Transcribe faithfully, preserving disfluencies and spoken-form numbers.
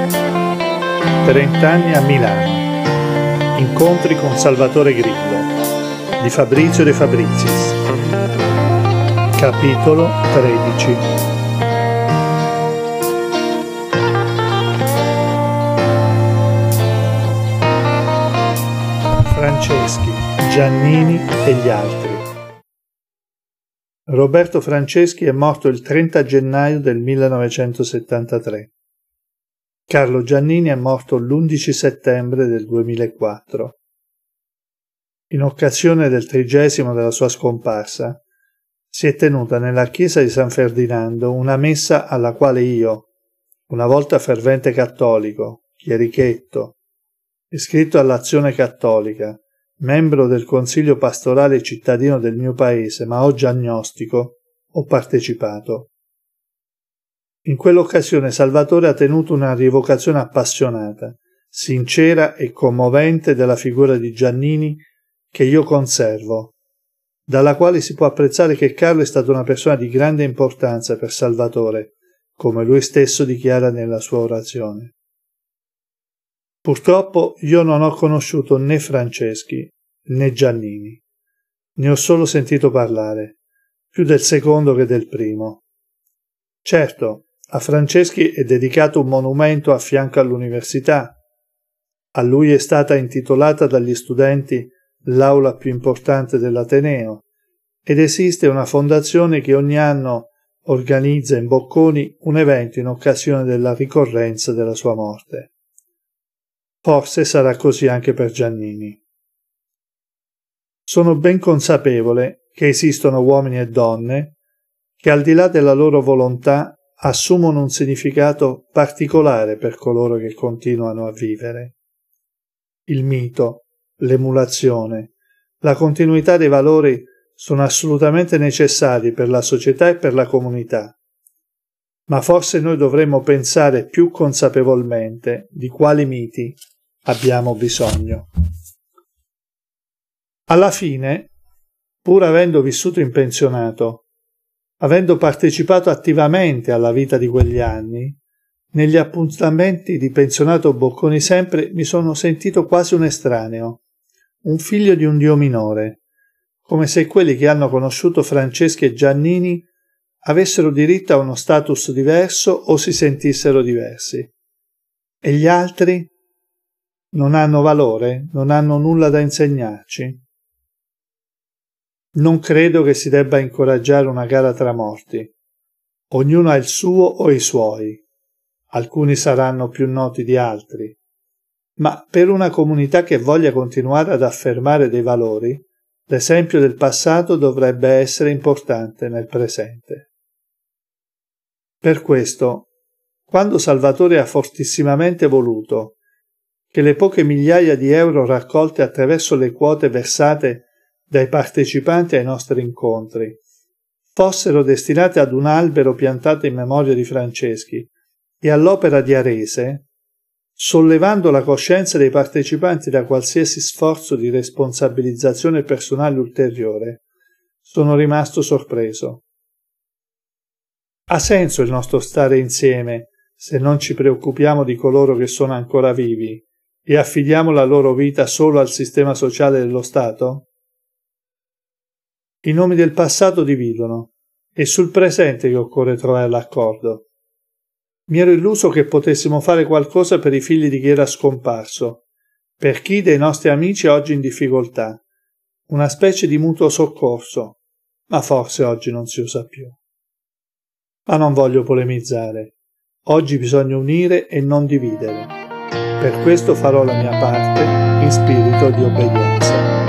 trent'anni a Milano. Incontri con Salvatore Grillo di Fabrizio De Fabrizis. Capitolo tredici. Franceschi, Giannini e gli altri. Roberto Franceschi è morto il trenta gennaio del millenovecentosettantatré. Carlo Giannini è morto l'undici settembre del duemilaquattro. In occasione del trigesimo della sua scomparsa, si è tenuta nella chiesa di San Ferdinando una messa alla quale io, una volta fervente cattolico, chierichetto, iscritto all'Azione Cattolica, membro del Consiglio Pastorale Cittadino del mio paese, ma oggi agnostico, ho partecipato. In quell'occasione Salvatore ha tenuto una rievocazione appassionata, sincera e commovente della figura di Giannini che io conservo, dalla quale si può apprezzare che Carlo è stato una persona di grande importanza per Salvatore, come lui stesso dichiara nella sua orazione. Purtroppo io non ho conosciuto né Franceschi né Giannini, ne ho solo sentito parlare, più del secondo che del primo. Certo, a Franceschi è dedicato un monumento a fianco all'università, a lui è stata intitolata dagli studenti l'aula più importante dell'Ateneo ed esiste una fondazione che ogni anno organizza in Bocconi un evento in occasione della ricorrenza della sua morte. Forse sarà così anche per Giannini. Sono ben consapevole che esistono uomini e donne che al di là della loro volontà assumono un significato particolare per coloro che continuano a vivere. Il mito, l'emulazione, la continuità dei valori sono assolutamente necessari per la società e per la comunità, ma forse noi dovremmo pensare più consapevolmente di quali miti abbiamo bisogno. Alla fine, pur avendo vissuto in pensionato, avendo partecipato attivamente alla vita di quegli anni, negli appuntamenti di pensionato Bocconi Sempre mi sono sentito quasi un estraneo, un figlio di un dio minore, come se quelli che hanno conosciuto Franceschi e Giannini avessero diritto a uno status diverso o si sentissero diversi. E gli altri? Non hanno valore? Non hanno nulla da insegnarci? Non credo che si debba incoraggiare una gara tra morti. Ognuno ha il suo o i suoi. Alcuni saranno più noti di altri. Ma per una comunità che voglia continuare ad affermare dei valori, l'esempio del passato dovrebbe essere importante nel presente. Per questo, quando Salvatore ha fortissimamente voluto che le poche migliaia di euro raccolte attraverso le quote versate dai partecipanti ai nostri incontri fossero destinate ad un albero piantato in memoria di Franceschi e all'opera di Arese, sollevando la coscienza dei partecipanti da qualsiasi sforzo di responsabilizzazione personale ulteriore, sono rimasto sorpreso. Ha senso il nostro stare insieme se non ci preoccupiamo di coloro che sono ancora vivi e affidiamo la loro vita solo al sistema sociale dello Stato? I nomi del passato dividono, è sul presente che occorre trovare l'accordo. Mi ero illuso che potessimo fare qualcosa per i figli di chi era scomparso, per chi dei nostri amici è oggi in difficoltà, una specie di mutuo soccorso, ma forse oggi non si usa più. Ma non voglio polemizzare. Oggi bisogna unire e non dividere. Per questo farò la mia parte in spirito di obbedienza.